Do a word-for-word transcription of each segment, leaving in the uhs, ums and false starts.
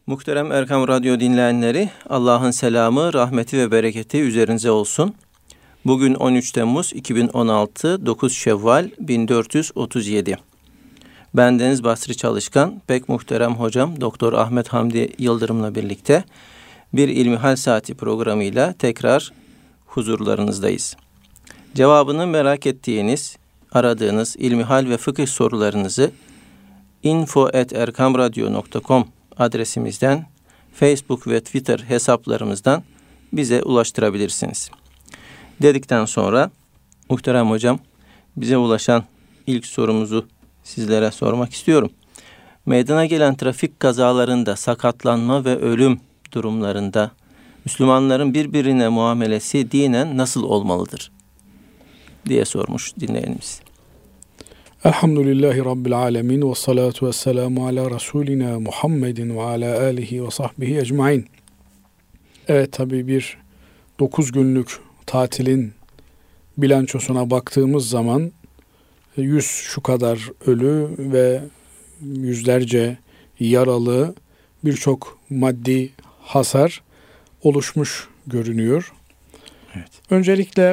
Muhterem Erkam Radyo dinleyenleri, Allah'ın selamı, rahmeti ve bereketi üzerinize olsun. Bugün on üç Temmuz iki bin on altı, dokuz Şevval bin dört yüz otuz yedi. Bendeniz Basri Çalışkan, pek muhterem hocam Doktor Ahmet Hamdi Yıldırım'la birlikte bir İlmihal Saati programıyla tekrar huzurlarınızdayız. Cevabını merak ettiğiniz, aradığınız ilmihal ve fıkıh sorularınızı info at erkamradyo nokta com adresimizden, Facebook ve Twitter hesaplarımızdan bize ulaştırabilirsiniz. Dedikten sonra muhterem hocam, bize ulaşan ilk sorumuzu sizlere sormak istiyorum. Meydana gelen trafik kazalarında sakatlanma ve ölüm durumlarında Müslümanların birbirine muamelesi dinen nasıl olmalıdır diye sormuş dinleyenimiz. Elhamdülillahi Rabbil alemin ve salatu ve selamu ala Resulina Muhammedin ve ala alihi ve sahbihi ecmain. Evet, tabii bir dokuz günlük tatilin bilançosuna baktığımız zaman yüz şu kadar ölü ve yüzlerce yaralı, birçok maddi hasar oluşmuş görünüyor. Evet. Öncelikle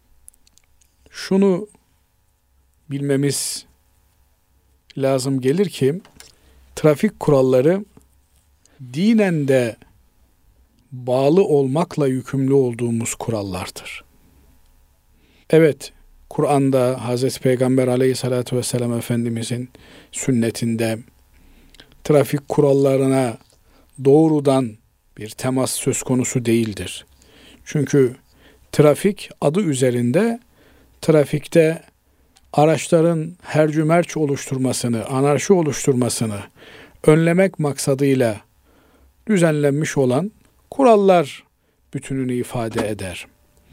şunu bilmemiz lazım gelir ki trafik kuralları dinen de bağlı olmakla yükümlü olduğumuz kurallardır. Evet, Kur'an'da Hazreti Peygamber Aleyhisselatü Vesselam Efendimizin sünnetinde trafik kurallarına doğrudan bir temas söz konusu değildir. Çünkü trafik adı üzerinde trafikte araçların hercümerç oluşturmasını, anarşi oluşturmasını önlemek maksadıyla düzenlenmiş olan kurallar bütününü ifade eder.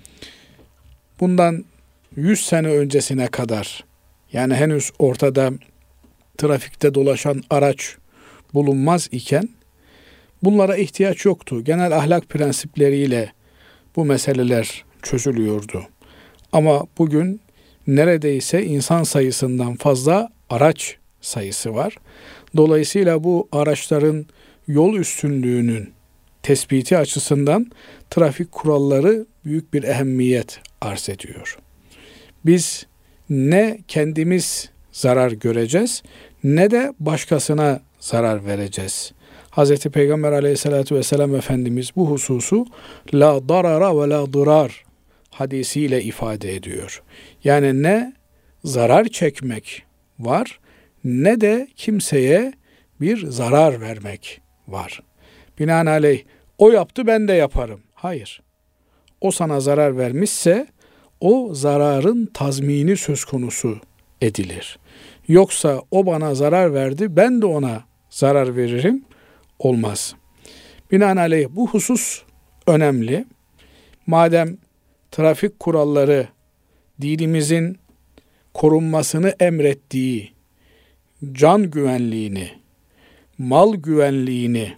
Bundan yüz sene öncesine kadar, yani henüz ortada trafikte dolaşan araç bulunmaz iken bunlara ihtiyaç yoktu. Genel ahlak prensipleriyle bu meseleler çözülüyordu. Ama bugün neredeyse insan sayısından fazla araç sayısı var. Dolayısıyla bu araçların yol üstünlüğünün tespiti açısından trafik kuralları büyük bir ehemmiyet arz ediyor. Biz ne kendimiz zarar göreceğiz ne de başkasına zarar vereceğiz. Hazreti Peygamber Aleyhisselatü Vesselam Efendimiz bu hususu la darara ve la dırar hadisiyle ifade ediyor. Yani ne zarar çekmek var ne de kimseye bir zarar vermek var. Binaenaleyh o yaptı ben de yaparım. Hayır. O sana zarar vermişse o zararın tazmini söz konusu edilir. Yoksa o bana zarar verdi ben de ona zarar veririm. Olmaz. Binaenaleyh bu husus önemli. Madem trafik kuralları dinimizin korunmasını emrettiği can güvenliğini, mal güvenliğini,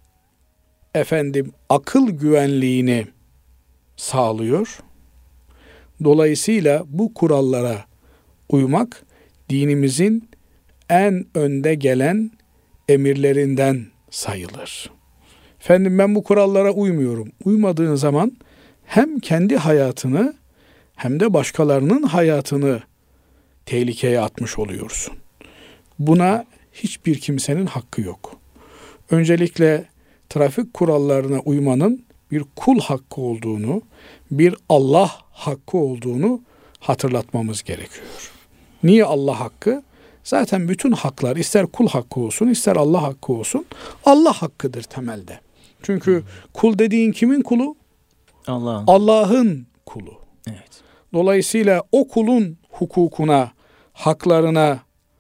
efendim akıl güvenliğini sağlıyor. Dolayısıyla bu kurallara uymak dinimizin en önde gelen emirlerinden sayılır. Efendim ben bu kurallara uymuyorum. Uymadığın zaman hem kendi hayatını hem de başkalarının hayatını tehlikeye atmış oluyorsun. Buna hiçbir kimsenin hakkı yok. Öncelikle trafik kurallarına uymanın bir kul hakkı olduğunu, bir Allah hakkı olduğunu hatırlatmamız gerekiyor. Niye Allah hakkı? Zaten bütün haklar ister kul hakkı olsun ister Allah hakkı olsun Allah hakkıdır temelde. Çünkü kul dediğin kimin kulu? Allah'ın. Allah'ın kulu. Evet. Dolayısıyla o kulun hukukuna, haklarına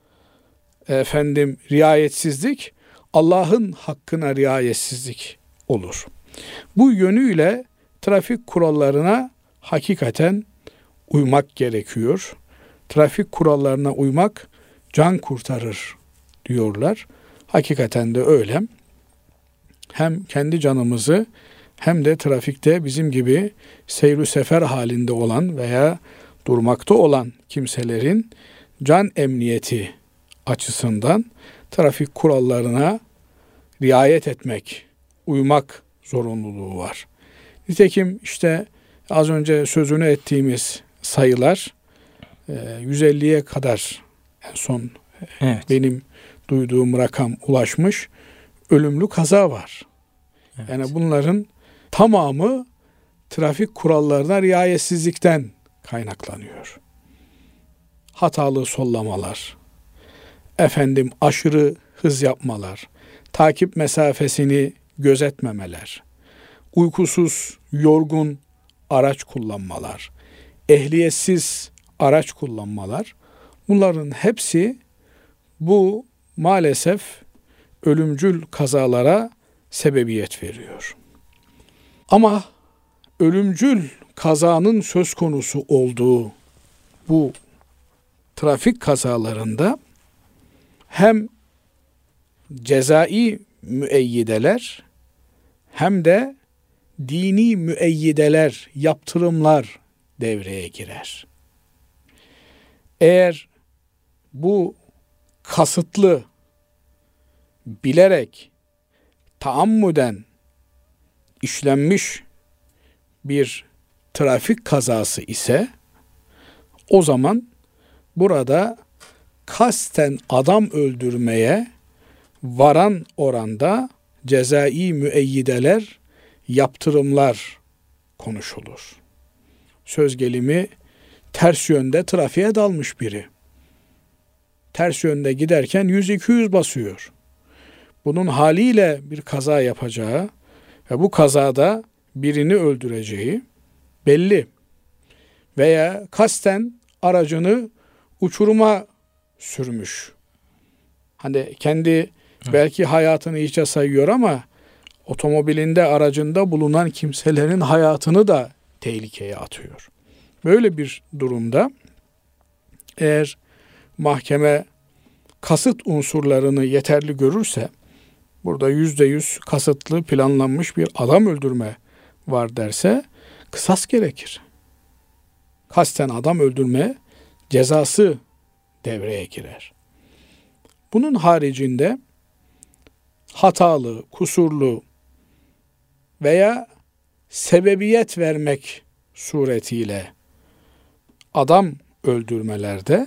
efendim riayetsizlik Allah'ın hakkına riayetsizlik olur. Bu yönüyle trafik kurallarına hakikaten uymak gerekiyor. Trafik kurallarına uymak can kurtarır diyorlar. Hakikaten de öyle. Hem kendi canımızı hem de trafikte bizim gibi seyru sefer halinde olan veya durmakta olan kimselerin can emniyeti açısından trafik kurallarına riayet etmek, uymak zorunluluğu var. Nitekim işte az önce sözünü ettiğimiz sayılar yüz elliye kadar en son evet. benim duyduğum rakam ulaşmış. Ölümlü kaza var. Evet. Yani bunların tamamı trafik kurallarına riayetsizlikten kaynaklanıyor. Hatalı sollamalar, efendim aşırı hız yapmalar, takip mesafesini gözetmemeler, uykusuz, yorgun araç kullanmalar, ehliyetsiz araç kullanmalar, bunların hepsi bu maalesef ölümcül kazalara sebebiyet veriyor. Ama ölümcül kazanın söz konusu olduğu bu trafik kazalarında hem cezai müeyyideler hem de dini müeyyideler, yaptırımlar devreye girer. Eğer bu kasıtlı, bilerek, taammüden işlenmiş bir trafik kazası ise o zaman burada kasten adam öldürmeye varan oranda cezai müeyyideler, yaptırımlar konuşulur. Söz gelimi ters yönde trafiğe dalmış biri. Ters yönde giderken yüz iki yüz basıyor. Bunun haliyle bir kaza yapacağı ve bu kazada birini öldüreceği belli. Veya kasten aracını uçuruma sürmüş. Hani kendi belki hayatını hiçe sayıyor ama otomobilinde, aracında bulunan kimselerin hayatını da tehlikeye atıyor. Böyle bir durumda eğer mahkeme kasıt unsurlarını yeterli görürse, burada yüzde yüz kasıtlı planlanmış bir adam öldürme var derse kısas gerekir. Kasten adam öldürme cezası devreye girer. Bunun haricinde hatalı, kusurlu veya sebebiyet vermek suretiyle adam öldürmelerde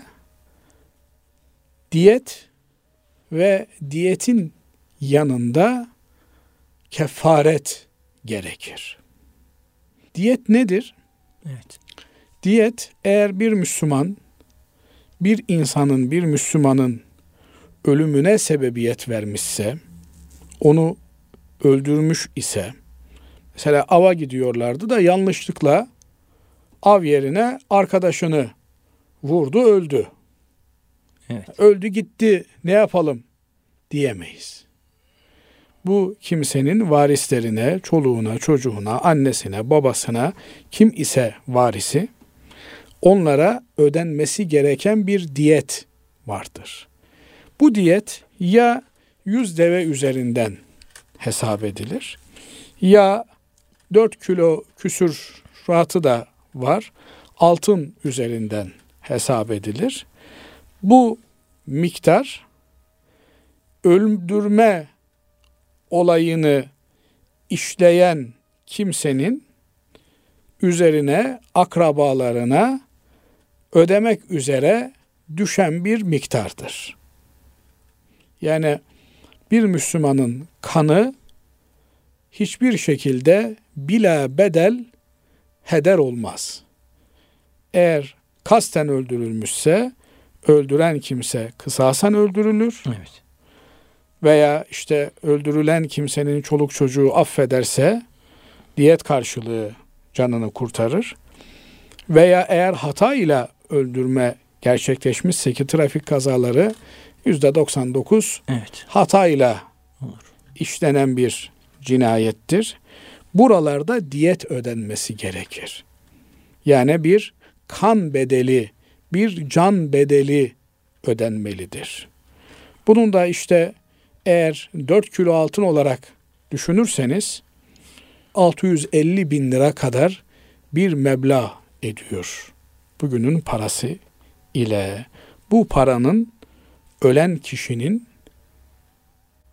diyet ve diyetin yanında kefaret gerekir. Diyet nedir? Evet. Diyet, eğer bir Müslüman, bir insanın, bir Müslümanın ölümüne sebebiyet vermişse, onu öldürmüş ise, mesela ava gidiyorlardı da yanlışlıkla av yerine arkadaşını vurdu, öldü. Evet. Öldü gitti, ne yapalım diyemeyiz. Bu kimsenin varislerine, çoluğuna, çocuğuna, annesine, babasına, kim ise varisi, onlara ödenmesi gereken bir diyet vardır. Bu diyet ya yüz deve üzerinden hesap edilir, ya dört kilo küsuratı da var, altın üzerinden hesap edilir. Bu miktar öldürme olayını işleyen kimsenin üzerine, akrabalarına ödemek üzere düşen bir miktardır. Yani bir Müslümanın kanı hiçbir şekilde bila bedel heder olmaz. Eğer kasten öldürülmüşse öldüren kimse kısasen öldürülür. Evet. Veya işte öldürülen kimsenin çoluk çocuğu affederse diyet karşılığı canını kurtarır. Veya eğer hata ile öldürme gerçekleşmişse, ki trafik kazaları yüzde doksan dokuz evet. hata ile işlenen bir cinayettir. Buralarda diyet ödenmesi gerekir. Yani bir kan bedeli, bir can bedeli ödenmelidir. Bunun da işte eğer dört kilo altın olarak düşünürseniz altı yüz elli bin lira kadar bir meblağ ediyor. Bugünün parası ile bu paranın ölen kişinin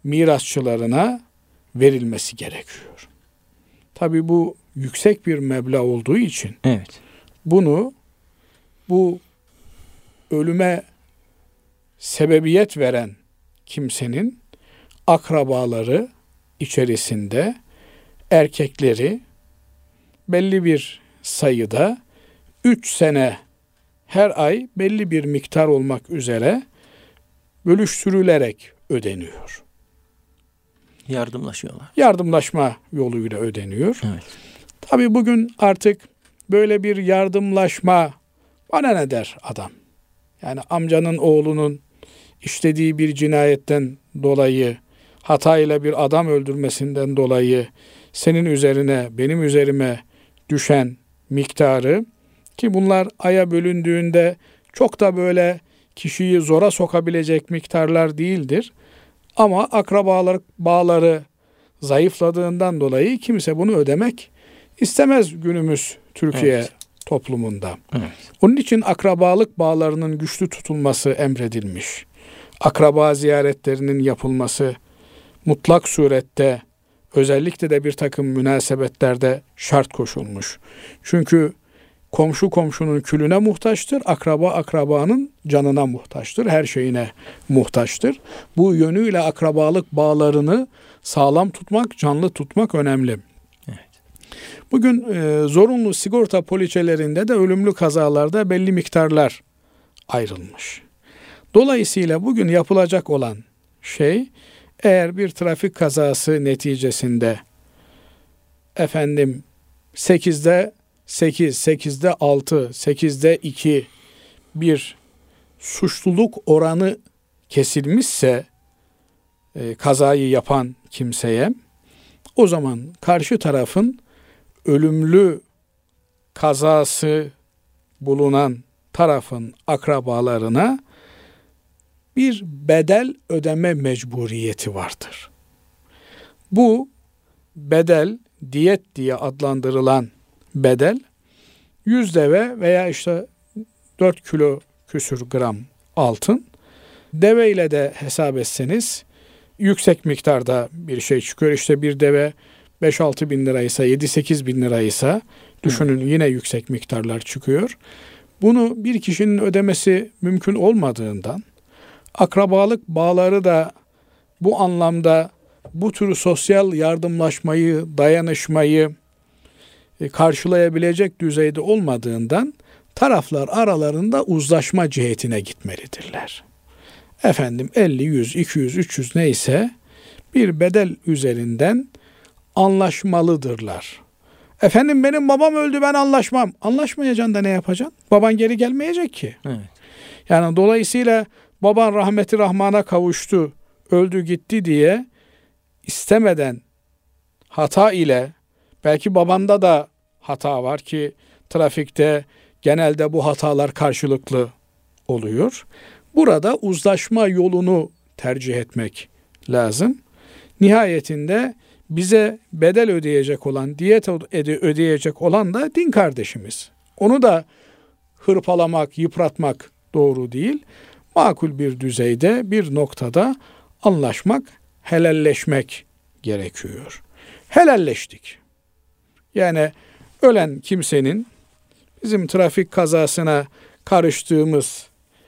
mirasçılarına verilmesi gerekiyor. Tabii bu yüksek bir meblağ olduğu için evet. bunu bu ölüme sebebiyet veren kimsenin akrabaları içerisinde erkekleri belli bir sayıda üç sene her ay belli bir miktar olmak üzere bölüştürülerek ödeniyor. Yardımlaşıyorlar. Yardımlaşma yoluyla ödeniyor. Evet. Tabii bugün artık böyle bir yardımlaşma bana ne der adam? Yani amcanın oğlunun işlediği bir cinayetten dolayı, hatayla bir adam öldürmesinden dolayı senin üzerine, benim üzerime düşen miktarı, ki bunlar aya bölündüğünde çok da böyle kişiyi zora sokabilecek miktarlar değildir. Ama akrabalar bağları zayıfladığından dolayı kimse bunu ödemek istemez günümüz Türkiye evet. toplumunda. Evet. Onun için akrabalık bağlarının güçlü tutulması emredilmiş. Akraba ziyaretlerinin yapılması mutlak surette, özellikle de bir takım münasebetlerde şart koşulmuş. Çünkü komşu komşunun külüne muhtaçtır, akraba akrabanın canına muhtaçtır, her şeyine muhtaçtır. Bu yönüyle akrabalık bağlarını sağlam tutmak, canlı tutmak önemli. Evet. Bugün e, zorunlu sigorta poliçelerinde de ölümlü kazalarda belli miktarlar ayrılmış. Dolayısıyla bugün yapılacak olan şey, eğer bir trafik kazası neticesinde efendim sekizde sekiz, sekizde altı, sekizde iki bir suçluluk oranı kesilmişse e, kazayı yapan kimseye, o zaman karşı tarafın ölümlü kazası bulunan tarafın akrabalarına bir bedel ödeme mecburiyeti vardır. Bu bedel, diyet diye adlandırılan bedel, yüz deve veya işte dört kilo küsür gram altın, deve ile de hesap etseniz yüksek miktarda bir şey çıkıyor. İşte bir deve beş altı bin liraysa, yedi sekiz bin liraysa düşünün, hmm. yine yüksek miktarlar çıkıyor. Bunu bir kişinin ödemesi mümkün olmadığından, akrabalık bağları da bu anlamda bu tür sosyal yardımlaşmayı, dayanışmayı karşılayabilecek düzeyde olmadığından taraflar aralarında uzlaşma cihetine gitmelidirler. Efendim elli, yüz, iki yüz, üç yüz neyse bir bedel üzerinden anlaşmalıdırlar. Efendim benim babam öldü, ben anlaşmam. Anlaşmayacaksın da ne yapacaksın? Baban geri gelmeyecek ki. Evet. Yani dolayısıyla baban rahmeti rahmana kavuştu, öldü gitti diye istemeden, hata ile, belki babanda da hata var ki trafikte genelde bu hatalar karşılıklı oluyor. Burada uzlaşma yolunu tercih etmek lazım. Nihayetinde bize bedel ödeyecek olan, diyet ödeyecek olan da din kardeşimiz. Onu da hırpalamak, yıpratmak doğru değil. Makul bir düzeyde, bir noktada anlaşmak, helalleşmek gerekiyor. Helalleştik. Yani ölen kimsenin bizim trafik kazasına karıştığımız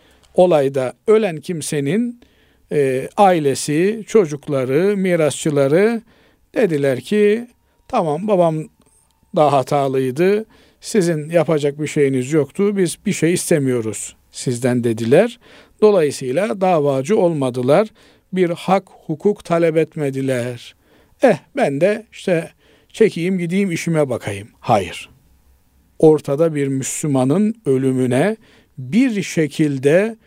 olayda ölen kimsenin e, ailesi, çocukları, mirasçıları dediler ki tamam, babam da hatalıydı, sizin yapacak bir şeyiniz yoktu, biz bir şey istemiyoruz sizden dediler. Dolayısıyla davacı olmadılar, bir hak, hukuk talep etmediler. Eh ben de işte çekeyim gideyim işime bakayım. Hayır. Ortada bir Müslümanın ölümüne bir şekilde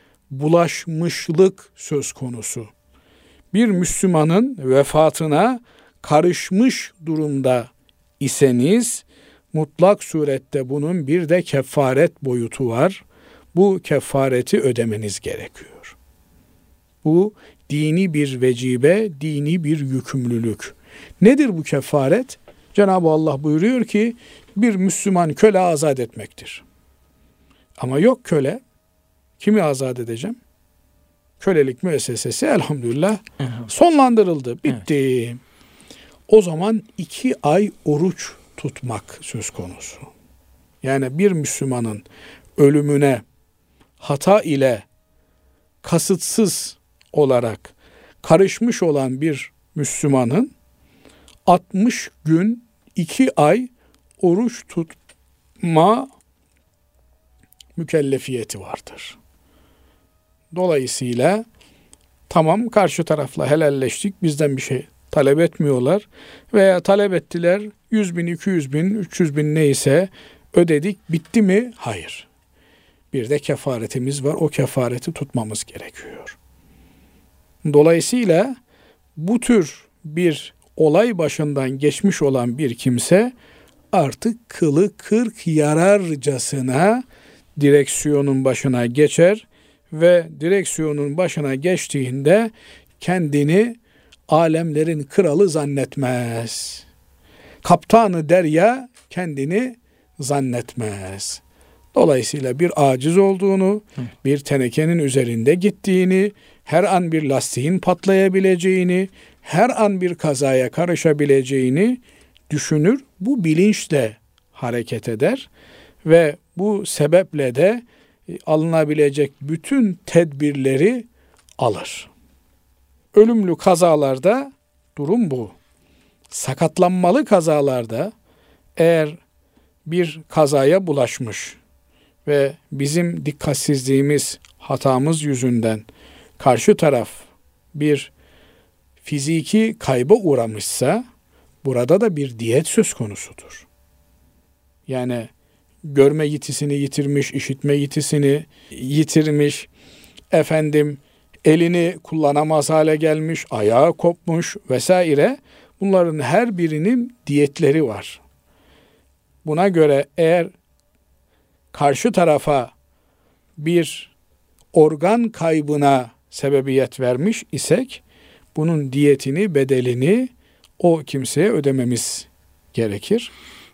bulaşmışlık söz konusu. Bir Müslümanın vefatına karışmış durumda iseniz mutlak surette bunun bir de kefaret boyutu var. Bu kefareti ödemeniz gerekiyor. Bu dini bir vecibe, dini bir yükümlülük. Nedir bu kefaret? Cenab-ı Allah buyuruyor ki bir Müslüman köle azat etmektir. Ama yok köle. Kimi azat edeceğim? kölelik müessesesi elhamdülillah sonlandırıldı. Bitti. Evet. O zaman iki ay oruç tutmak söz konusu. Yani bir Müslümanın ölümüne hata ile kasıtsız olarak karışmış olan bir Müslümanın altmış gün iki ay oruç tutma mükellefiyeti vardır. Dolayısıyla tamam, karşı tarafla helalleştik, bizden bir şey talep etmiyorlar veya talep ettiler, yüz bin, iki yüz bin, üç yüz bin neyse ödedik, bitti mi? Hayır. Bir de kefaretimiz var, o kefareti tutmamız gerekiyor. Dolayısıyla bu tür bir olay başından geçmiş olan bir kimse artık kılı kırk yararcasına direksiyonun başına geçer ve direksiyonun başına geçtiğinde kendini alemlerin kralı zannetmez. Kaptanı derya kendini zannetmez. Dolayısıyla bir aciz olduğunu, bir tenekenin üzerinde gittiğini, her an bir lastiğin patlayabileceğini, her an bir kazaya karışabileceğini düşünür. Bu bilinçle hareket eder ve bu sebeple de alınabilecek bütün tedbirleri alır. Ölümlü kazalarda durum bu. Sakatlanmalı kazalarda eğer bir kazaya bulaşmış ve bizim dikkatsizliğimiz, hatamız yüzünden karşı taraf bir fiziki kayba uğramışsa burada da bir diyet söz konusudur. Yani görme yetisini yitirmiş, işitme yetisini yitirmiş, efendim elini kullanamaz hale gelmiş, ayağı kopmuş vesaire. Bunların her birinin diyetleri var. Buna göre eğer karşı tarafa bir organ kaybına sebebiyet vermiş isek, bunun diyetini, bedelini o kimseye ödememiz gerekir.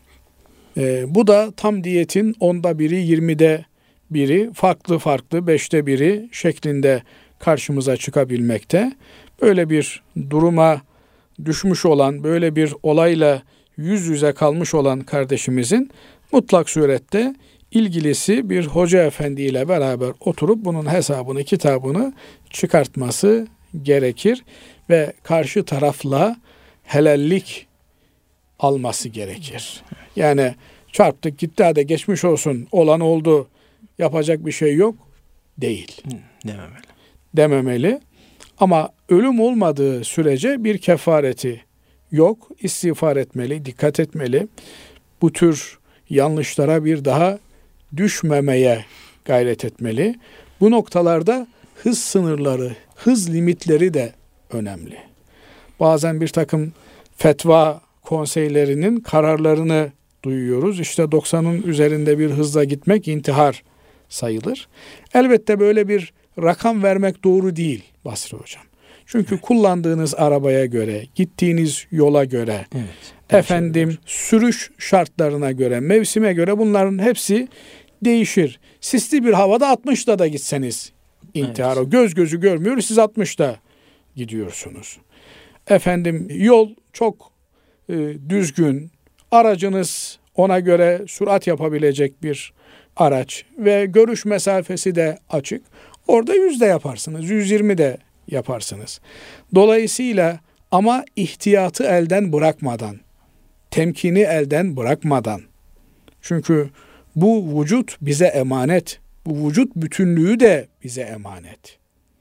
Ee, bu da tam diyetin onda biri, yirmide biri, farklı farklı beşte biri şeklinde karşımıza çıkabilmekte. Böyle bir duruma düşmüş olan, böyle bir olayla yüz yüze kalmış olan kardeşimizin mutlak surette ilgilisi bir hoca efendi ile beraber oturup bunun hesabını, kitabını çıkartması gerekir ve karşı tarafla helallik alması gerekir. Yani çarptık gitti, hadi geçmiş olsun, olan oldu, yapacak bir şey yok değil. Dememeli. Dememeli. Ama ölüm olmadığı sürece bir kefareti yok. İstiğfar etmeli, dikkat etmeli. Bu tür yanlışlara bir daha düşmemeye gayret etmeli. Bu noktalarda hız sınırları, hız limitleri de önemli. Bazen bir takım fetva konseylerinin kararlarını duyuyoruz. İşte doksanın üzerinde bir hızla gitmek intihar sayılır. Elbette böyle bir rakam vermek doğru değil Basri Hocam. Çünkü evet. kullandığınız arabaya göre, gittiğiniz yola göre, evet, efendim şey sürüş şartlarına göre, mevsime göre bunların hepsi değişir. Sisli bir havada altmışta da gitseniz intihar, evet. göz gözü görmüyor, siz altmışta gidiyorsunuz. Efendim yol çok e, düzgün, aracınız ona göre sürat yapabilecek bir araç ve görüş mesafesi de açık. Orada yüzde yaparsınız, yüz yirmi de yaparsınız. Dolayısıyla ama ihtiyatı elden bırakmadan, temkini elden bırakmadan. Çünkü bu vücut bize emanet. Bu vücut bütünlüğü de bize emanet.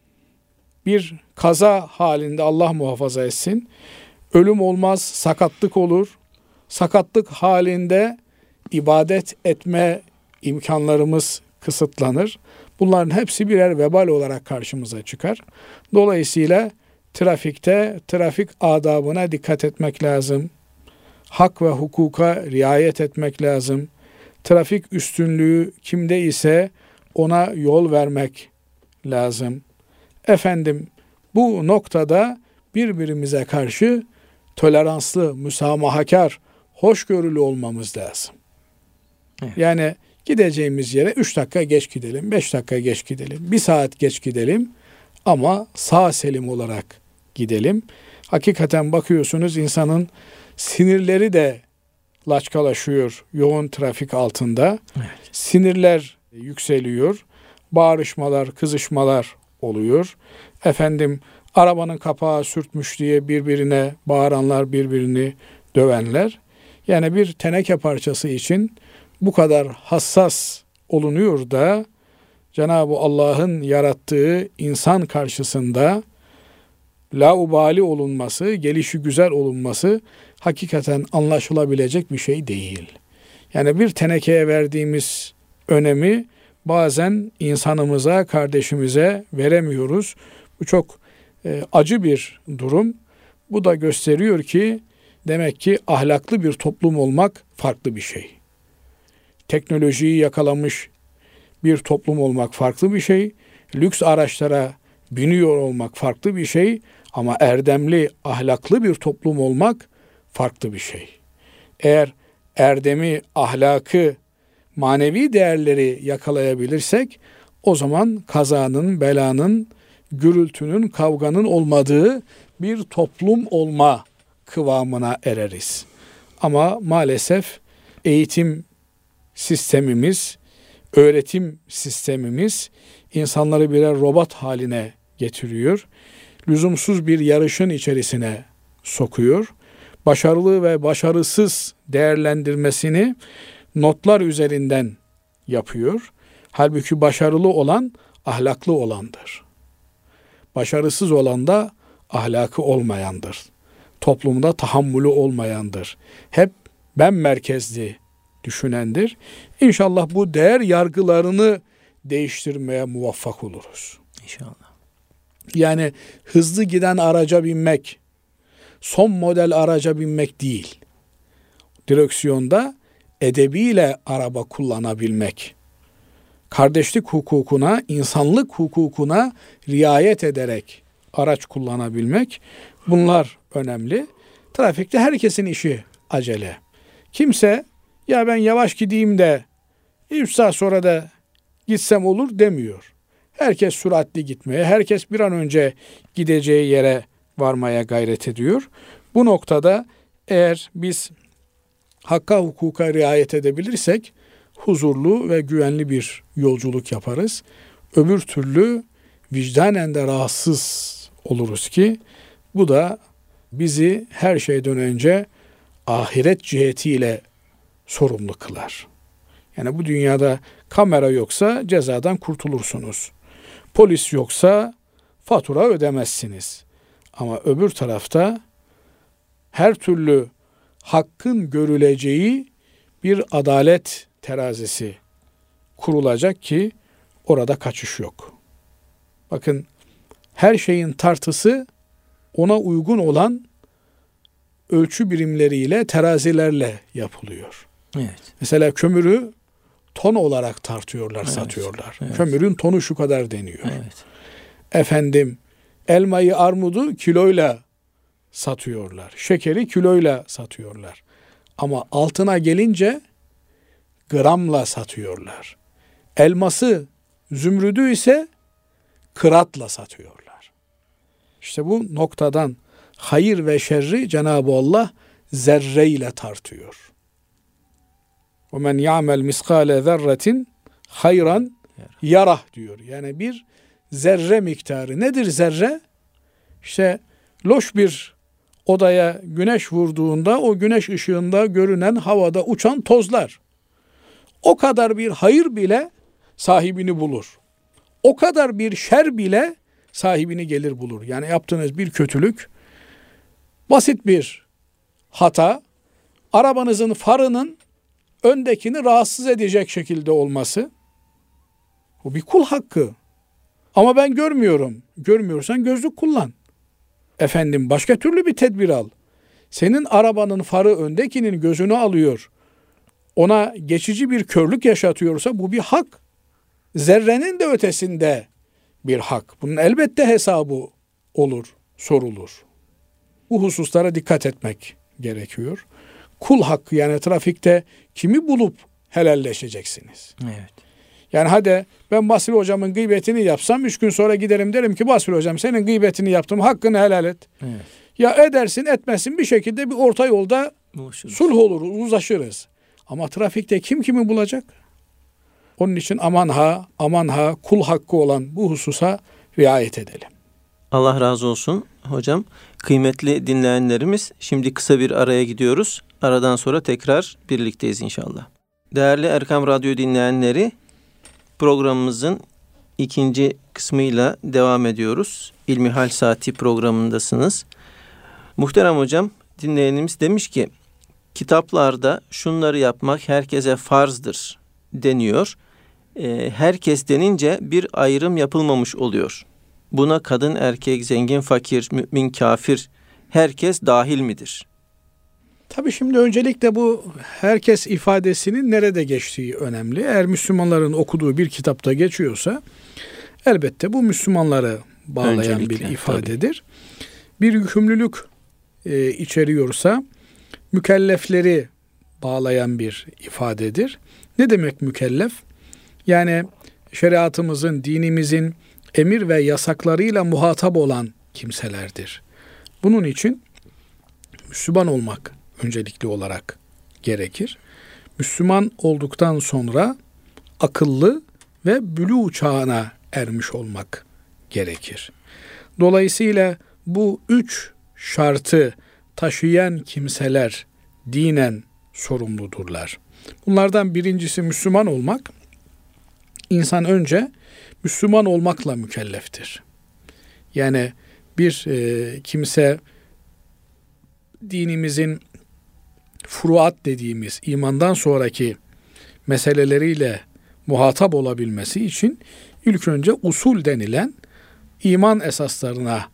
Bir kaza halinde Allah muhafaza etsin, ölüm olmaz, sakatlık olur. Sakatlık halinde ibadet etme imkanlarımız kısıtlanır. Bunların hepsi birer vebal olarak karşımıza çıkar. Dolayısıyla trafikte trafik adabına dikkat etmek lazım. Hak ve hukuka riayet etmek lazım. Trafik üstünlüğü kimde ise ona yol vermek lazım. Efendim bu noktada birbirimize karşı toleranslı, müsamahakar, hoşgörülü olmamız lazım. Evet. Yani gideceğimiz yere üç dakika geç gidelim, beş dakika geç gidelim, bir saat geç gidelim. Ama sağ selim olarak gidelim. Hakikaten bakıyorsunuz insanın sinirleri de laçkalaşıyor yoğun trafik altında. Evet. Sinirler yükseliyor. Bağırışmalar, kızışmalar oluyor. Efendim arabanın kapağı sürtmüş diye birbirine bağıranlar, birbirini dövenler. Yani bir teneke parçası için bu kadar hassas olunuyor da Cenab-ı Allah'ın yarattığı insan karşısında laubali olunması, gelişi güzel olunması hakikaten anlaşılabilecek bir şey değil. Yani bir tenekeye verdiğimiz önemi bazen insanımıza, kardeşimize veremiyoruz. Bu çok e, acı bir durum. Bu da gösteriyor ki demek ki ahlaklı bir toplum olmak farklı bir şey. Teknolojiyi yakalamış bir toplum olmak farklı bir şey. Lüks araçlara biniyor olmak farklı bir şey. Ama erdemli, ahlaklı bir toplum olmak farklı bir şey. Eğer erdemi, ahlakı, manevi değerleri yakalayabilirsek o zaman kazanın, belanın, gürültünün, kavganın olmadığı bir toplum olma kıvamına ereriz. Ama maalesef eğitim sistemimiz, öğretim sistemimiz insanları birer robot haline getiriyor. Lüzumsuz bir yarışın içerisine sokuyor. Başarılı ve başarısız değerlendirmesini notlar üzerinden yapıyor. Halbuki başarılı olan ahlaklı olandır. Başarısız olan da ahlakı olmayandır. Toplumda tahammülü olmayandır. Hep ben merkezli düşünendir. İnşallah bu değer yargılarını değiştirmeye muvaffak oluruz. İnşallah. Yani hızlı giden araca binmek, son model araca binmek değil. Direksiyonda edebiyle araba kullanabilmek, kardeşlik hukukuna, insanlık hukukuna riayet ederek araç kullanabilmek, bunlar önemli. Trafikte herkesin işi acele. Kimse ya ben yavaş gideyim de üç saat sonra da gitsem olur demiyor. Herkes süratli gitmeye, herkes bir an önce gideceği yere varmaya gayret ediyor. Bu noktada eğer biz hakka hukuka riayet edebilirsek huzurlu ve güvenli bir yolculuk yaparız. Öbür türlü vicdanen de rahatsız oluruz ki bu da bizi her şeyden önce ahiret cihetiyle sorumlu kılar. Yani bu dünyada kamera yoksa cezadan kurtulursunuz. Polis yoksa fatura ödemezsiniz. Ama öbür tarafta her türlü hakkın görüleceği bir adalet terazisi kurulacak ki orada kaçış yok. Bakın her şeyin tartısı ona uygun olan ölçü birimleriyle, terazilerle yapılıyor. Evet. Mesela kömürü ton olarak tartıyorlar, evet, satıyorlar. Evet. Kömürün tonu şu kadar deniyor. Evet. Efendim, elmayı, armudu kiloyla satıyorlar. Şekeri kiloyla satıyorlar. Ama altına gelince gramla satıyorlar. Elması, zümrüdü ise kıratla satıyorlar. İşte bu noktadan hayır ve şerri Cenab-ı Allah zerreyle tartıyor. وَمَنْ يَعْمَلْ مِسْقَالَ ذَرَّةٍ hayran yarah diyor. Yani bir zerre miktarı. Nedir zerre? İşte loş bir odaya güneş vurduğunda o güneş ışığında görünen havada uçan tozlar. O kadar bir hayır bile sahibini bulur. O kadar bir şer bile sahibini gelir bulur. Yani yaptığınız bir kötülük, basit bir hata, arabanızın farının öndekini rahatsız edecek şekilde olması, bu bir kul hakkı. Ama ben görmüyorum. Görmüyorsan gözlük kullan. Efendim başka türlü bir tedbir al. Senin arabanın farı öndekinin gözünü alıyor. Ona geçici bir körlük yaşatıyorsa bu bir hak. Zerrenin de ötesinde bir hak. Bunun elbette hesabı olur, sorulur. Bu hususlara dikkat etmek gerekiyor. Kul hakkı, yani trafikte kimi bulup helalleşeceksiniz? Evet. Yani hadi ben Basri hocamın gıybetini yapsam, üç gün sonra giderim derim ki Basri hocam senin gıybetini yaptım, hakkını helal et. Evet. Ya edersin etmezsin, bir şekilde bir orta yolda Buluşuruz. sulh oluruz, uzlaşırız. Ama trafikte kim kimi bulacak? Onun için aman ha, aman ha, kul hakkı olan bu hususa riayet edelim. Allah razı olsun hocam. Kıymetli dinleyenlerimiz, şimdi kısa bir araya gidiyoruz. Aradan sonra tekrar birlikteyiz inşallah. Değerli Erkam Radyo dinleyenleri, programımızın ikinci kısmıyla devam ediyoruz. İlmihal Saati programındasınız. Muhterem hocam, dinleyenimiz demiş ki, kitaplarda şunları yapmak herkese farzdır deniyor. E, herkes denince bir ayrım yapılmamış oluyor. Buna kadın, erkek, zengin, fakir, mümin, kafir, herkes dahil midir? Tabii şimdi öncelikle bu herkes ifadesinin nerede geçtiği önemli. Eğer Müslümanların okuduğu bir kitapta geçiyorsa elbette bu Müslümanları bağlayan öncelikle, bir ifadedir. Tabii. Bir yükümlülük e, içeriyorsa mükellefleri bağlayan bir ifadedir. Ne demek mükellef? Yani şeriatımızın, dinimizin emir ve yasaklarıyla muhatap olan kimselerdir. Bunun için Müslüman olmak öncelikli olarak gerekir. Müslüman olduktan sonra akıllı ve bülûğ çağına ermiş olmak gerekir. Dolayısıyla bu üç şartı taşıyan kimseler dinen sorumludurlar. Bunlardan birincisi Müslüman olmak. İnsan önce Müslüman olmakla mükelleftir. Yani bir e, kimse dinimizin furuat dediğimiz imandan sonraki meseleleriyle muhatap olabilmesi için ilk önce usul denilen iman esaslarına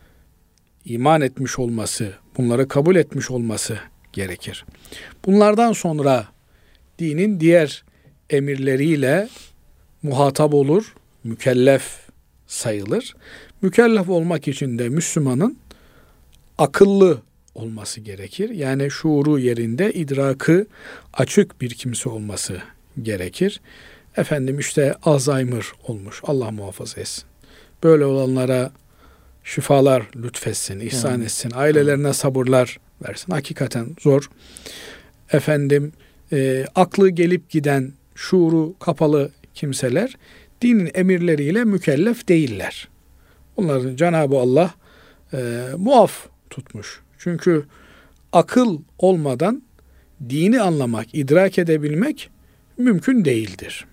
iman etmiş olması, bunları kabul etmiş olması gerekir. Bunlardan sonra dinin diğer emirleriyle muhatap olur, mükellef sayılır. Mükellef olmak için de Müslümanın akıllı olması gerekir. Yani şuuru yerinde, idrakı açık bir kimse olması gerekir. Efendim işte Alzheimer olmuş, Allah muhafaza etsin. Böyle olanlara şifalar lütfetsin, ihsan yani. etsin. Ailelerine sabırlar versin. Hakikaten zor. Efendim e, aklı gelip giden, şuuru kapalı kimseler dinin emirleriyle mükellef değiller. Onların Cenab-ı Allah e, muaf tutmuş. Çünkü akıl olmadan dini anlamak, idrak edebilmek mümkün değildir.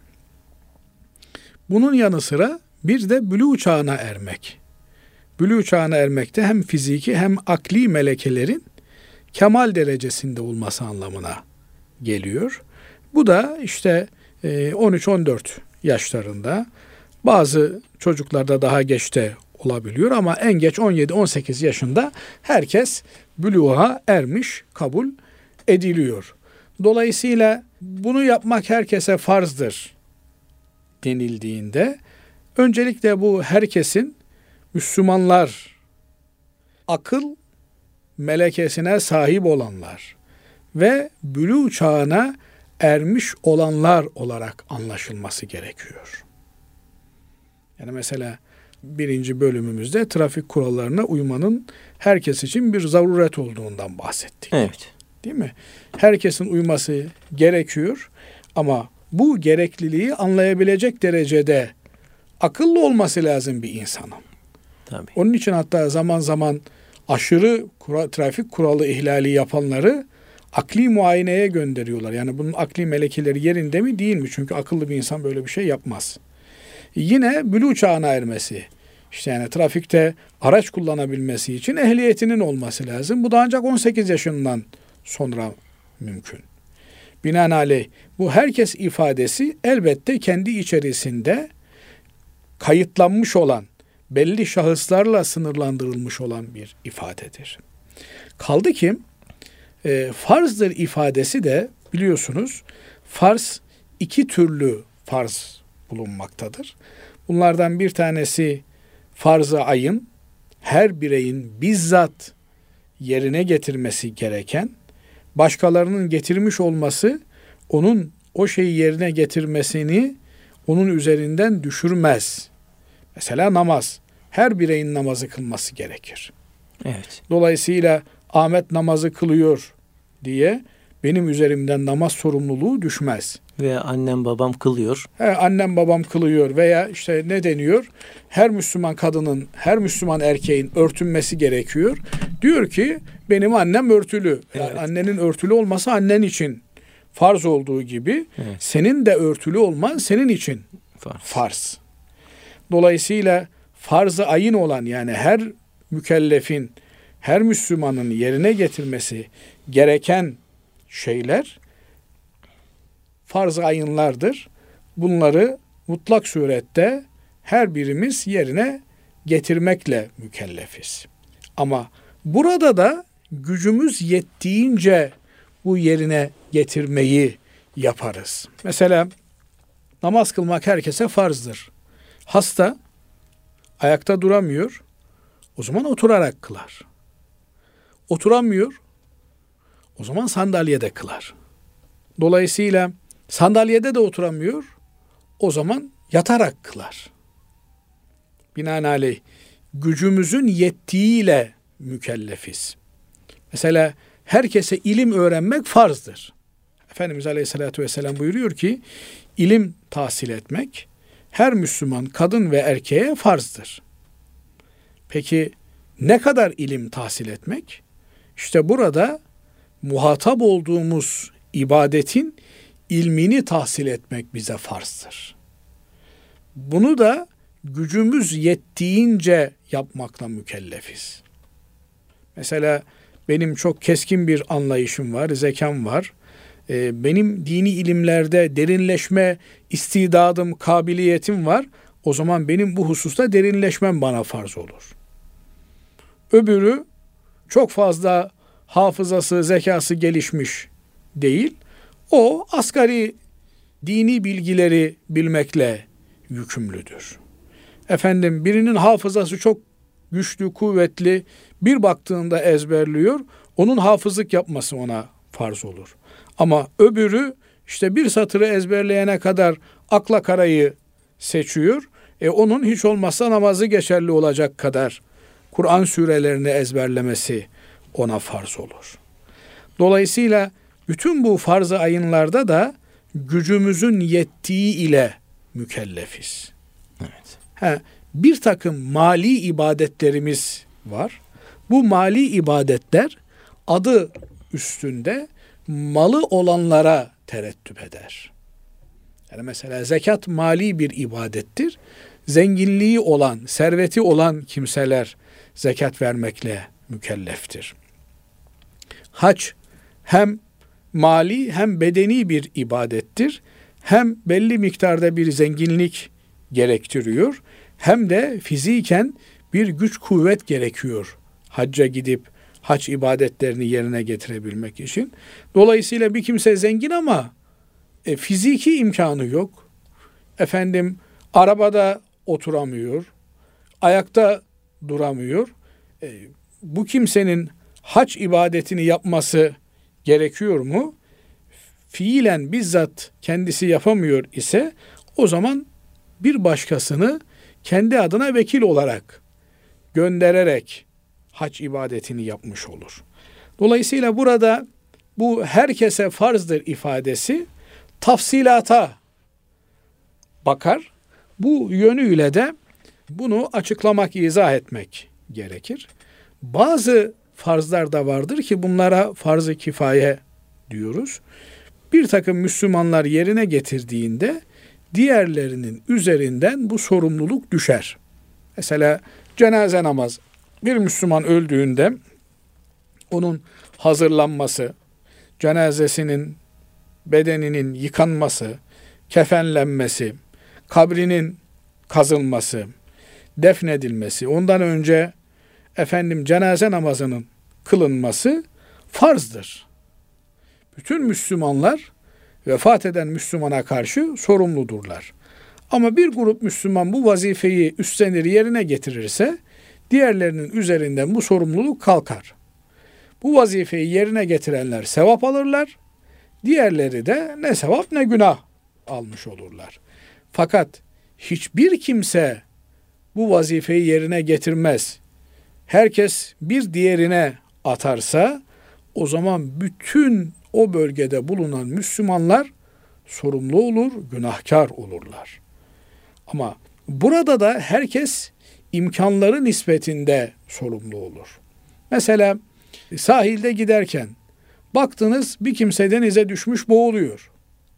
Bunun yanı sıra bir de bülûğ çağına ermek. Bülûğ çağına ermekte hem fiziki hem akli melekelerin kemal derecesinde olması anlamına geliyor. Bu da işte on üç on dört yaşlarında, bazı çocuklarda daha geçte olabiliyor ama en geç on yedi on sekiz yaşında herkes bülûğa ermiş, kabul ediliyor. Dolayısıyla bunu yapmak herkese farzdır denildiğinde öncelikle bu herkesin Müslümanlar, akıl melekesine sahip olanlar ve bülûğ çağına ermiş olanlar olarak anlaşılması gerekiyor. Yani mesela birinci bölümümüzde trafik kurallarına uymanın herkes için bir zaruret olduğundan bahsettik. Evet. Değil mi? Herkesin uyması gerekiyor ama bu gerekliliği anlayabilecek derecede akıllı olması lazım bir insanın. Tabii. Onun için hatta zaman zaman aşırı kura, trafik kuralı ihlali yapanları akli muayeneye gönderiyorlar. Yani bunun akli melekeleri yerinde mi değil mi? Çünkü akıllı bir insan böyle bir şey yapmaz. Yine bülûğ çağına ermesi. İşte yani trafikte araç kullanabilmesi için ehliyetinin olması lazım. Bu da ancak on sekiz yaşından sonra mümkün. Binaenaleyh bu herkes ifadesi elbette kendi içerisinde kayıtlanmış olan, belli şahıslarla sınırlandırılmış olan bir ifadedir. Kaldı ki e, farzdır ifadesi de biliyorsunuz farz iki türlü farz bulunmaktadır. Bunlardan bir tanesi farz-ı ayın, her bireyin bizzat yerine getirmesi gereken, başkalarının getirmiş olması onun o şeyi yerine getirmesini onun üzerinden düşürmez. Mesela namaz. Her bireyin namazı kılması gerekir. Evet. Dolayısıyla Ahmet namazı kılıyor diye benim üzerimden namaz sorumluluğu düşmez. Veya annem babam kılıyor. He, annem babam kılıyor veya işte ne deniyor? Her Müslüman kadının, her Müslüman erkeğin örtünmesi gerekiyor. Diyor ki benim annem örtülü. Yani evet. Annenin örtülü olması annen için farz olduğu gibi evet. Senin de örtülü olman senin için farz. farz. Dolayısıyla farz-ı ayın olan, yani her mükellefin, her Müslümanın yerine getirmesi gereken şeyler farz-ı ayınlardır. Bunları mutlak surette her birimiz yerine getirmekle mükellefiz. Ama burada da gücümüz yettiğince bu yerine getirmeyi yaparız. Mesela namaz kılmak herkese farzdır. Hasta ayakta duramıyor, o zaman oturarak kılar. Oturamıyor, o zaman sandalyede kılar. Dolayısıyla sandalyede de oturamıyor, o zaman yatarak kılar. Binaenaleyh gücümüzün yettiğiyle mükellefiz. Mesela herkese ilim öğrenmek farzdır. Efendimiz Aleyhisselatü Vesselam buyuruyor ki, ilim tahsil etmek her Müslüman kadın ve erkeğe farzdır. Peki ne kadar ilim tahsil etmek? İşte burada muhatap olduğumuz ibadetin ilmini tahsil etmek bize farzdır. Bunu da gücümüz yettiğince yapmakla mükellefiz. Mesela benim çok keskin bir anlayışım var, zekam var. Ee, benim dini ilimlerde derinleşme istidadım, kabiliyetim var. O zaman benim bu hususta derinleşmem bana farz olur. Öbürü çok fazla hafızası, zekası gelişmiş değil. O asgari dini bilgileri bilmekle yükümlüdür. Efendim birinin hafızası çok güçlü, kuvvetli, bir baktığında ezberliyor. Onun hafızlık yapması ona farz olur. Ama öbürü işte bir satırı ezberleyene kadar akla karayı seçiyor. E onun hiç olmazsa namazı geçerli olacak kadar Kur'an surelerini ezberlemesi ona farz olur. Dolayısıyla bütün bu farz-ı ayınlarda da gücümüzün yettiği ile mükellefiz. Evet. Ha, bir takım mali ibadetlerimiz var. Bu mali ibadetler adı üstünde malı olanlara terettüp eder. Yani mesela zekat mali bir ibadettir. Zenginliği olan, serveti olan kimseler zekat vermekle mükelleftir. Hac hem mali hem bedeni bir ibadettir. Hem belli miktarda bir zenginlik gerektiriyor, hem de fiziken bir güç kuvvet gerekiyor hacca gidip hac ibadetlerini yerine getirebilmek için. Dolayısıyla bir kimse zengin ama e, fiziki imkanı yok. Efendim arabada oturamıyor, ayakta duramıyor. E, bu kimsenin hac ibadetini yapması gerekiyor mu? Fiilen bizzat kendisi yapamıyor ise o zaman bir başkasını kendi adına vekil olarak göndererek hac ibadetini yapmış olur. Dolayısıyla burada bu herkese farzdır ifadesi tafsilata bakar. Bu yönüyle de bunu açıklamak, izah etmek gerekir. Bazı farzlar da vardır ki bunlara farz-ı kifaye diyoruz. Bir takım Müslümanlar yerine getirdiğinde diğerlerinin üzerinden bu sorumluluk düşer. Mesela cenaze namaz. Bir Müslüman öldüğünde onun hazırlanması, cenazesinin bedeninin yıkanması, kefenlenmesi, kabrinin kazılması, defnedilmesi, ondan önce efendim cenaze namazının kılınması farzdır. Bütün Müslümanlar vefat eden Müslümana karşı sorumludurlar. Ama bir grup Müslüman bu vazifeyi üstlenir, yerine getirirse diğerlerinin üzerinden bu sorumluluk kalkar. Bu vazifeyi yerine getirenler sevap alırlar. Diğerleri de ne sevap ne günah almış olurlar. Fakat hiçbir kimse bu vazifeyi yerine getirmez. Herkes bir diğerine atarsa o zaman bütün o bölgede bulunan Müslümanlar sorumlu olur, günahkar olurlar. Ama burada da herkes imkanları nispetinde sorumlu olur. Mesela sahilde giderken baktınız bir kimse denize düşmüş, boğuluyor.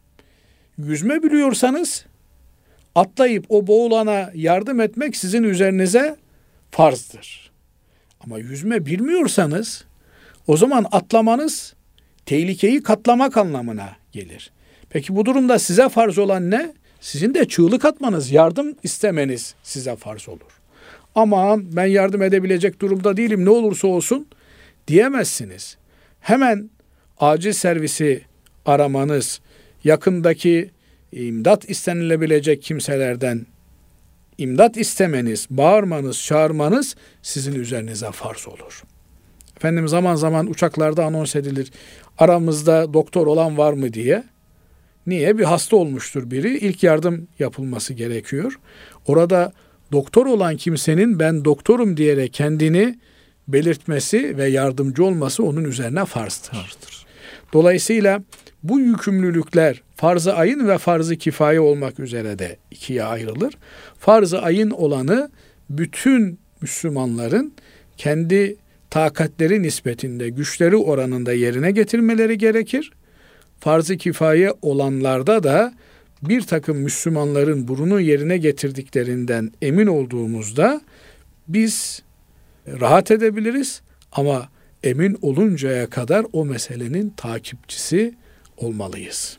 Yüzme biliyorsanız atlayıp o boğulana yardım etmek sizin üzerinize farzdır. Ama yüzme bilmiyorsanız o zaman atlamanız tehlikeyi katlamak anlamına gelir. Peki bu durumda size farz olan ne? Sizin de çığlık atmanız, yardım istemeniz size farz olur. Aman ben yardım edebilecek durumda değilim, ne olursa olsun diyemezsiniz. Hemen acil servisi aramanız, yakındaki imdat istenilebilecek kimselerden imdat istemeniz, bağırmanız, çağırmanız sizin üzerinize farz olur. Efendim zaman zaman uçaklarda anons edilir. Aramızda doktor olan var mı diye. Niye? Bir hasta olmuştur biri. İlk yardım yapılması gerekiyor. Orada doktor olan kimsenin ben doktorum diyerek kendini belirtmesi ve yardımcı olması onun üzerine farzdır. farzdır. Dolayısıyla bu yükümlülükler farz-ı ayın ve farz-ı kifaye olmak üzere de ikiye ayrılır. Farz-ı ayın olanı bütün Müslümanların kendi takatleri nispetinde, güçleri oranında yerine getirmeleri gerekir. Farz-ı kifaye olanlarda da bir takım Müslümanların bunu yerine getirdiklerinden emin olduğumuzda biz rahat edebiliriz ama emin oluncaya kadar o meselenin takipçisi olmalıyız.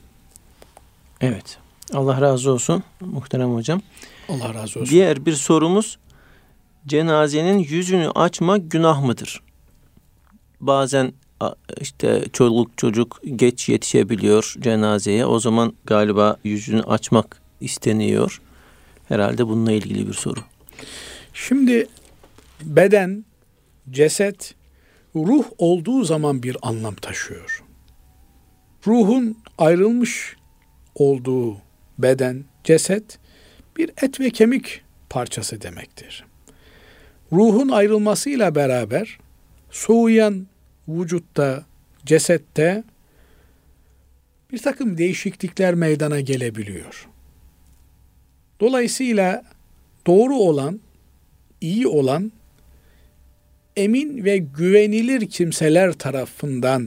Evet. Allah razı olsun muhterem hocam. Allah razı olsun. Diğer bir sorumuz, cenazenin yüzünü açmak günah mıdır? Bazen işte çoluk çocuk geç yetişebiliyor cenazeye. O zaman galiba yüzünü açmak isteniyor. Herhalde bununla ilgili bir soru. Şimdi beden, ceset, ruh olduğu zaman bir anlam taşıyor. Ruhun ayrılmış olduğu beden, ceset bir et ve kemik parçası demektir. Ruhun ayrılmasıyla beraber soğuyan vücutta, cesette bir takım değişiklikler meydana gelebiliyor. Dolayısıyla doğru olan, iyi olan, emin ve güvenilir kimseler tarafından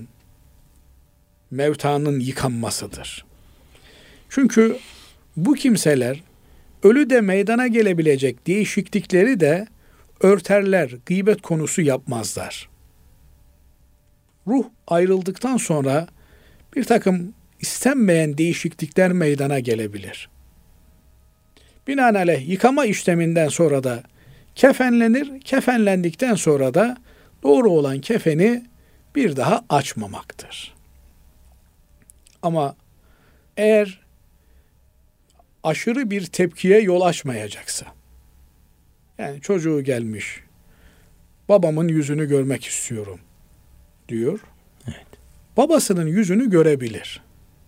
mevtanın yıkanmasıdır. Çünkü bu kimseler ölüde meydana gelebilecek değişiklikleri de örterler, gıybet konusu yapmazlar. Ruh ayrıldıktan sonra bir takım istenmeyen değişiklikler meydana gelebilir. Binaenaleyh yıkama işleminden sonra da kefenlenir, kefenlendikten sonra da doğru olan kefeni bir daha açmamaktır. Ama eğer aşırı bir tepkiye yol açmayacaksa, yani çocuğu gelmiş, babamın yüzünü görmek istiyorum diyor. Evet. Babasının yüzünü görebilir.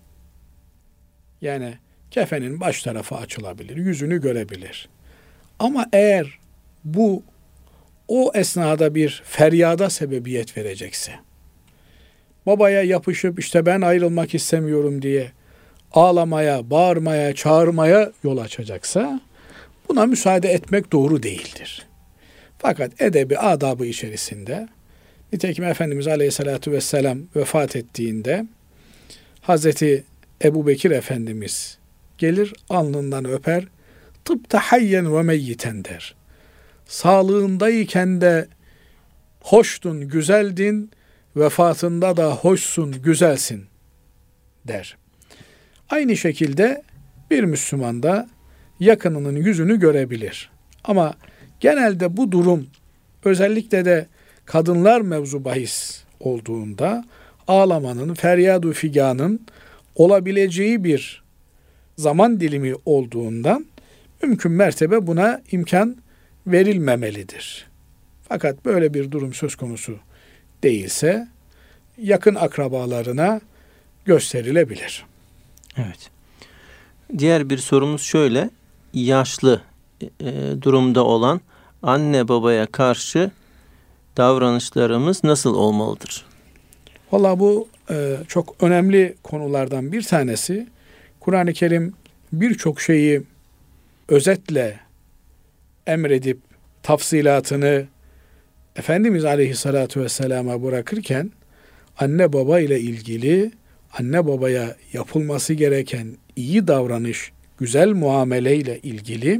Yani kefenin baş tarafı açılabilir, yüzünü görebilir. Ama eğer bu o esnada bir feryada sebebiyet verecekse, babaya yapışıp işte ben ayrılmak istemiyorum diye ağlamaya, bağırmaya, çağırmaya yol açacaksa buna müsaade etmek doğru değildir. Fakat edebi adabı içerisinde, nitekim Efendimiz Aleyhisselatü Vesselam vefat ettiğinde Hazreti Ebu Bekir Efendimiz gelir, alnından öper, tıpta hayyen ve meyyiten der. Sağlığındayken de hoştun, güzeldin, vefatında da hoşsun, güzelsin der. Aynı şekilde bir Müslüman da yakınının yüzünü görebilir. Ama genelde bu durum özellikle de kadınlar mevzu bahis olduğunda ağlamanın, feryadu figanın olabileceği bir zaman dilimi olduğundan mümkün mertebe buna imkan verilmemelidir. Fakat böyle bir durum söz konusu değilse yakın akrabalarına gösterilebilir. Evet. Diğer bir sorumuz şöyle. Yaşlı e, durumda olan anne babaya karşı davranışlarımız nasıl olmalıdır? Valla bu e, çok önemli konulardan bir tanesi. Kur'an-ı Kerim birçok şeyi özetle emredip tafsilatını Efendimiz Aleyhisselatü Vesselam'a bırakırken anne baba ile ilgili anne babaya yapılması gereken iyi davranış, güzel muamele ile ilgili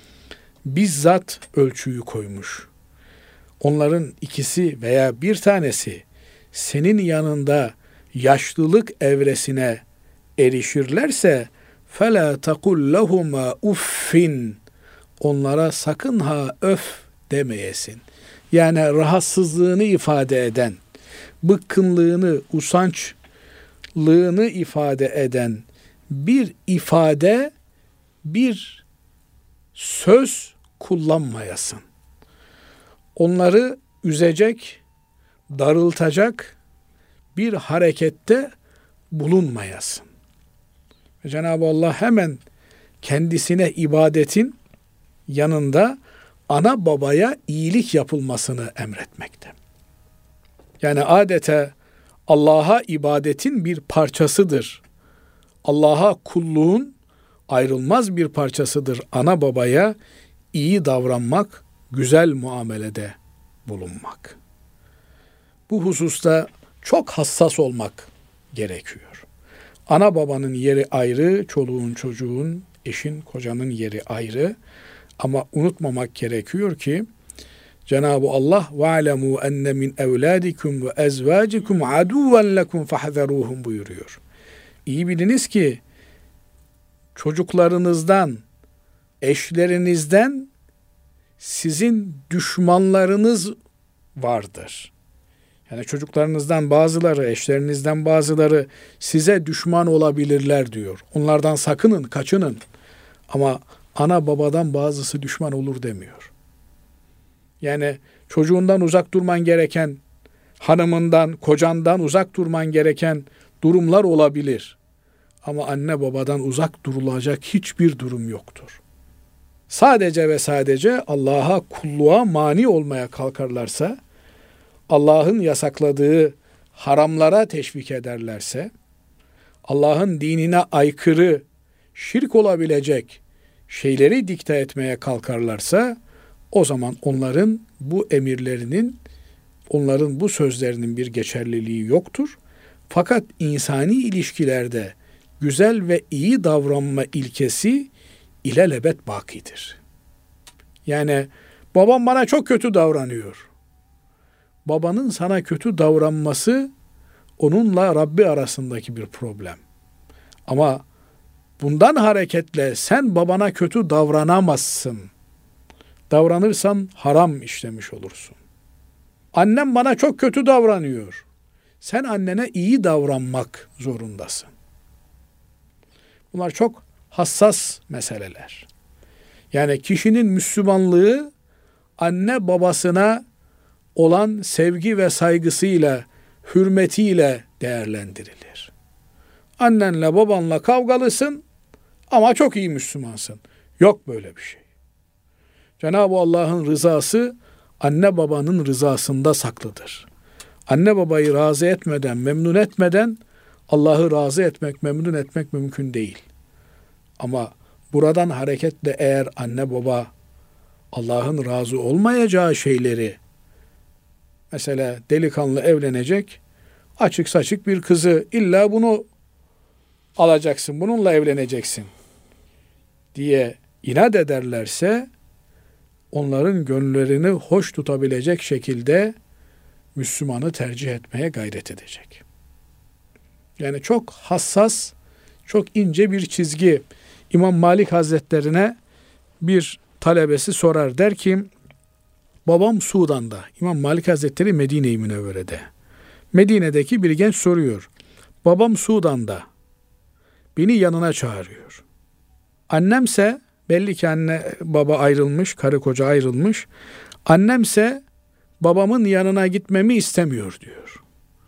bizzat ölçüyü koymuş. Onların ikisi veya bir tanesi senin yanında yaşlılık evresine erişirlerse فَلَا تَقُلْ لَهُمَا uffin, onlara sakın ha öf demeyesin. Yani rahatsızlığını ifade eden, bıkkınlığını, usançlığını ifade eden bir ifade, bir söz kullanmayasın. Onları üzecek, darıltacak bir harekette bulunmayasın. Ve Cenab-ı Allah hemen kendisine ibadetin yanında ana babaya iyilik yapılmasını emretmekte. Yani adeta Allah'a ibadetin bir parçasıdır. Allah'a kulluğun ayrılmaz bir parçasıdır. Ana babaya iyi davranmak, güzel muamelede bulunmak. Bu hususta çok hassas olmak gerekiyor. Ana babanın yeri ayrı, çoluğun, çocuğun, eşin, kocanın yeri ayrı. Ama unutmamak gerekiyor ki Cenab-ı Allah وَعْلَمُوا اَنَّ مِنْ اَوْلَادِكُمْ وَاَزْوَاجِكُمْ عَدُوًا لَكُمْ فَحْذَرُوهُمْ buyuruyor. İyi biliniz ki çocuklarınızdan, eşlerinizden sizin düşmanlarınız vardır. Yani çocuklarınızdan bazıları, eşlerinizden bazıları size düşman olabilirler diyor. Onlardan sakının, kaçının. Ama ana babadan bazısı düşman olur demiyor. Yani çocuğundan uzak durman gereken, hanımından, kocandan uzak durman gereken durumlar olabilir. Ama anne babadan uzak durulacak hiçbir durum yoktur. Sadece ve sadece Allah'a kulluğa mani olmaya kalkarlarsa, Allah'ın yasakladığı haramlara teşvik ederlerse, Allah'ın dinine aykırı, şirk olabilecek şeyleri dikte etmeye kalkarlarsa, o zaman onların bu emirlerinin, onların bu sözlerinin bir geçerliliği yoktur. Fakat insani ilişkilerde güzel ve iyi davranma ilkesi ilelebet bakidir. Yani babam bana çok kötü davranıyor. Babanın sana kötü davranması onunla Rabbi arasındaki bir problem. Ama bundan hareketle sen babana kötü davranamazsın. Davranırsan haram işlemiş olursun. Annem bana çok kötü davranıyor. Sen annene iyi davranmak zorundasın. Bunlar çok hassas meseleler. Yani kişinin Müslümanlığı anne babasına olan sevgi ve saygısıyla, hürmetiyle değerlendirilir. Annenle babanla kavgalısın ama çok iyi Müslümansın. Yok böyle bir şey. Cenab-ı Allah'ın rızası anne babanın rızasında saklıdır. Anne babayı razı etmeden, memnun etmeden Allah'ı razı etmek, memnun etmek mümkün değil. Ama buradan hareketle eğer anne baba Allah'ın razı olmayacağı şeyleri, mesela delikanlı evlenecek, açık saçık bir kızı, illa bunu alacaksın, bununla evleneceksin diye inat ederlerse, onların gönüllerini hoş tutabilecek şekilde Müslümanı tercih etmeye gayret edecek. Yani çok hassas, çok ince bir çizgi. İmam Malik Hazretlerine bir talebesi sorar, der ki, babam Sudan'da. İmam Malik Hazretleri Medine-i Münevvere'de. Medine'deki bir genç soruyor. Babam Sudan'da. Beni yanına çağırıyor. Annemse, belli ki anne baba ayrılmış, karı koca ayrılmış. Annemse babamın yanına gitmemi istemiyor diyor.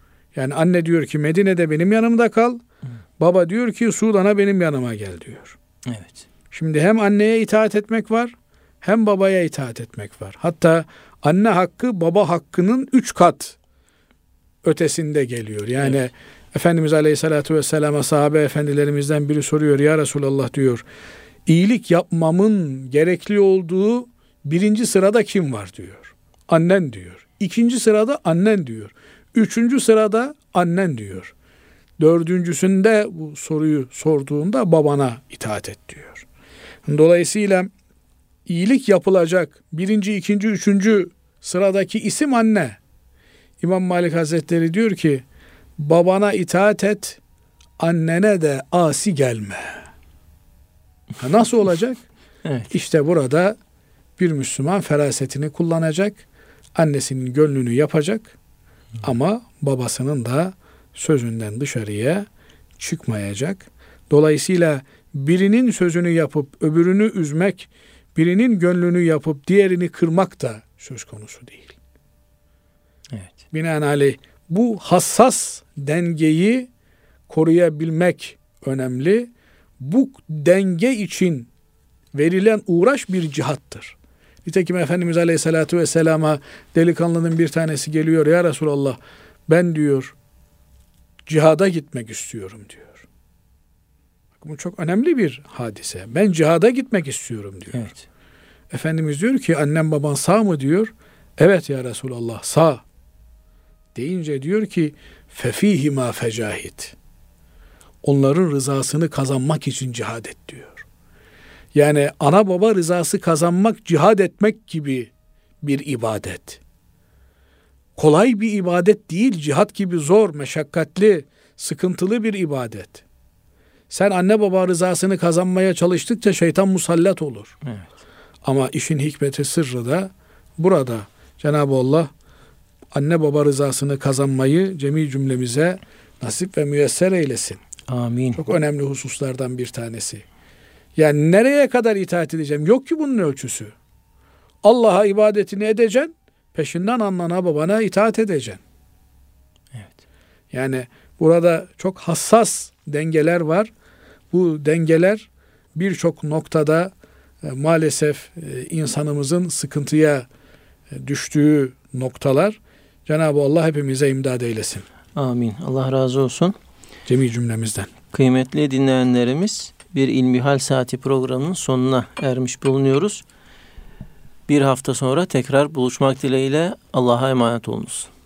Yani anne diyor ki Medine'de benim yanımda kal. Baba diyor ki Sudan'a benim yanıma gel diyor. Evet. Şimdi hem anneye itaat etmek var, hem babaya itaat etmek var. Hatta anne hakkı baba hakkının üç kat ötesinde geliyor. Yani evet. Efendimiz Aleyhisselatü Vesselam'a sahabe efendilerimizden biri soruyor. Ya Resulallah diyor, iyilik yapmamın gerekli olduğu birinci sırada kim var diyor. Annen diyor. İkinci sırada annen diyor. Üçüncü sırada annen diyor. Dördüncüsünde bu soruyu sorduğunda babana itaat et diyor. Dolayısıyla iyilik yapılacak birinci, ikinci, üçüncü sıradaki isim anne. İmam Malik Hazretleri diyor ki, babana itaat et, annene de asi gelme. Ha, nasıl olacak? Evet. İşte burada bir Müslüman ferasetini kullanacak, annesinin gönlünü yapacak ama babasının da sözünden dışarıya çıkmayacak. Dolayısıyla birinin sözünü yapıp öbürünü üzmek, birinin gönlünü yapıp diğerini kırmak da söz konusu değil. Evet. Binaenaleyh bu hassas dengeyi koruyabilmek önemli. Bu denge için verilen uğraş bir cihattır. Nitekim Efendimiz Aleyhisselatü Vesselam'a delikanlının bir tanesi geliyor. Ya Resulallah, ben diyor cihada gitmek istiyorum diyor. Bu çok önemli bir hadise. Ben cihada gitmek istiyorum diyor. Evet. Efendimiz diyor ki, annem baban sağ mı diyor. Evet ya Resulallah, sağ. Deyince diyor ki, fefihima fecahit. Onların rızasını kazanmak için cihad et diyor. Yani ana baba rızası kazanmak, cihad etmek gibi bir ibadet. Kolay bir ibadet değil, cihat gibi zor, meşakkatli, sıkıntılı bir ibadet. Sen anne baba rızasını kazanmaya çalıştıkça şeytan musallat olur. Evet. Ama işin hikmeti, sırrı da burada. Cenab-ı Allah anne baba rızasını kazanmayı cemi cümlemize nasip ve müyesser eylesin. Amin. Çok önemli hususlardan bir tanesi. Yani nereye kadar itaat edeceğim? Yok ki bunun ölçüsü. Allah'a ibadetini edeceksin, peşinden annana babana itaat edeceksin. Evet. Yani burada çok hassas dengeler var. Bu dengeler birçok noktada e, maalesef e, insanımızın sıkıntıya e, düştüğü noktalar. Cenab-ı Allah hepimize imdad eylesin. Amin. Allah razı olsun. Cemi cümlemizden. Kıymetli dinleyenlerimiz, bir İlmihal Saati programının sonuna ermiş bulunuyoruz. Bir hafta sonra tekrar buluşmak dileğiyle Allah'a emanet olunuz.